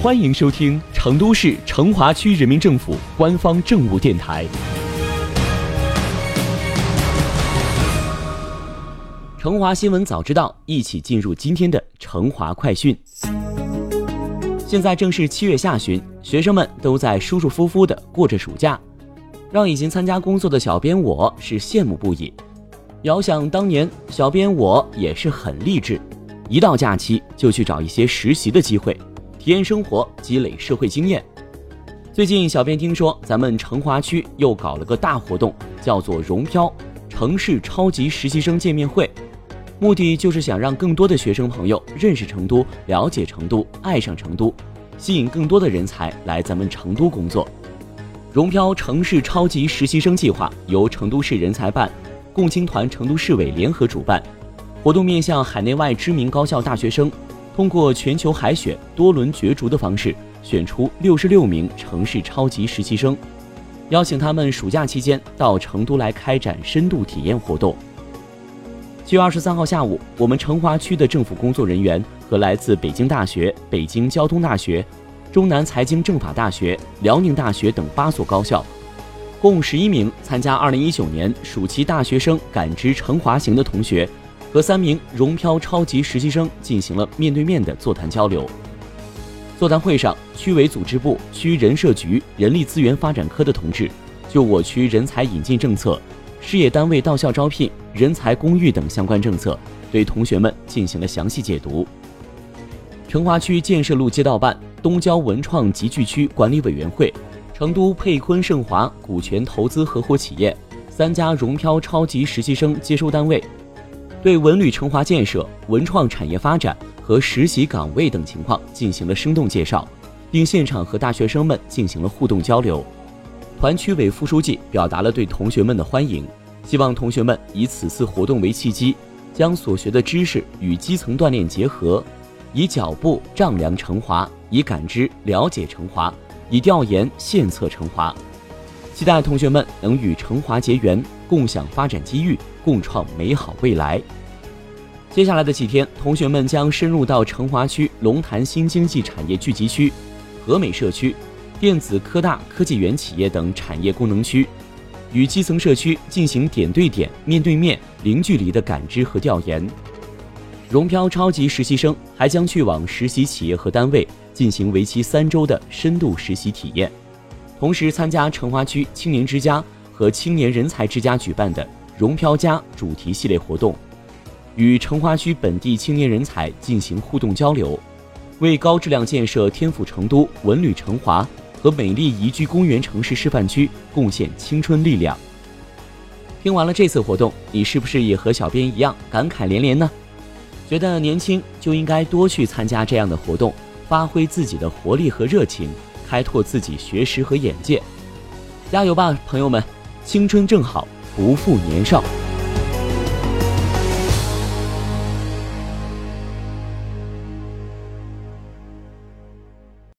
欢迎收听成都市成华区人民政府官方政务电台。成华新闻早知道，一起进入今天的成华快讯。现在正是7月下旬，学生们都在舒舒服服地过着暑假，让已经参加工作的小编我是羡慕不已。遥想当年，小编我也是很励志，一到假期就去找一些实习的机会，体验生活，积累社会经验。最近小编听说咱们成华区又搞了个大活动，叫做融漂城市超级实习生见面会，目的就是想让更多的学生朋友认识成都，了解成都，爱上成都，吸引更多的人才来咱们成都工作。融漂城市超级实习生计划由成都市人才办、共青团成都市委联合主办，活动面向海内外知名高校大学生，通过全球海选、多轮角逐的方式，选出66名城市超级实习生，邀请他们暑假期间到成都来开展深度体验活动。7月23号下午，我们成华区的政府工作人员和来自北京大学、北京交通大学、中南财经政法大学、辽宁大学等8所高校，共11名参加2019年暑期大学生感知成华行的同学，和3名融漂超级实习生进行了面对面的座谈交流。座谈会上，区委组织部、区人社局人力资源发展科的同志就我区人才引进政策、事业单位到校招聘、人才公寓等相关政策，对同学们进行了详细解读。成华区建设路街道办、东郊文创集聚区管理委员会、成都沛坤盛华股权投资合伙企业3家融漂超级实习生接收单位，对文旅成华建设、文创产业发展和实习岗位等情况进行了生动介绍，并现场和大学生们进行了互动交流。团区委副书记表达了对同学们的欢迎，希望同学们以此次活动为契机，将所学的知识与基层锻炼结合，以脚步丈量成华，以感知了解成华，以调研献策成华。期待同学们能与成华结缘，共享发展机遇，共创美好未来。接下来的几天，同学们将深入到成华区龙潭新经济产业聚集区、和美社区、电子科大科技园企业等产业功能区，与基层社区进行点对点、面对面、零距离的感知和调研。融漂超级实习生还将去往实习企业和单位进行为期3周的深度实习体验，同时参加成华区青年之家和青年人才之家举办的融漂家主题系列活动，与成华区本地青年人才进行互动交流，为高质量建设天府成都、文旅成华和美丽宜居公园城市示范区贡献青春力量。听完了这次活动，你是不是也和小编一样感慨连连呢？觉得年轻就应该多去参加这样的活动，发挥自己的活力和热情，开拓自己学识和眼界。加油吧，朋友们！青春正好，不负年少。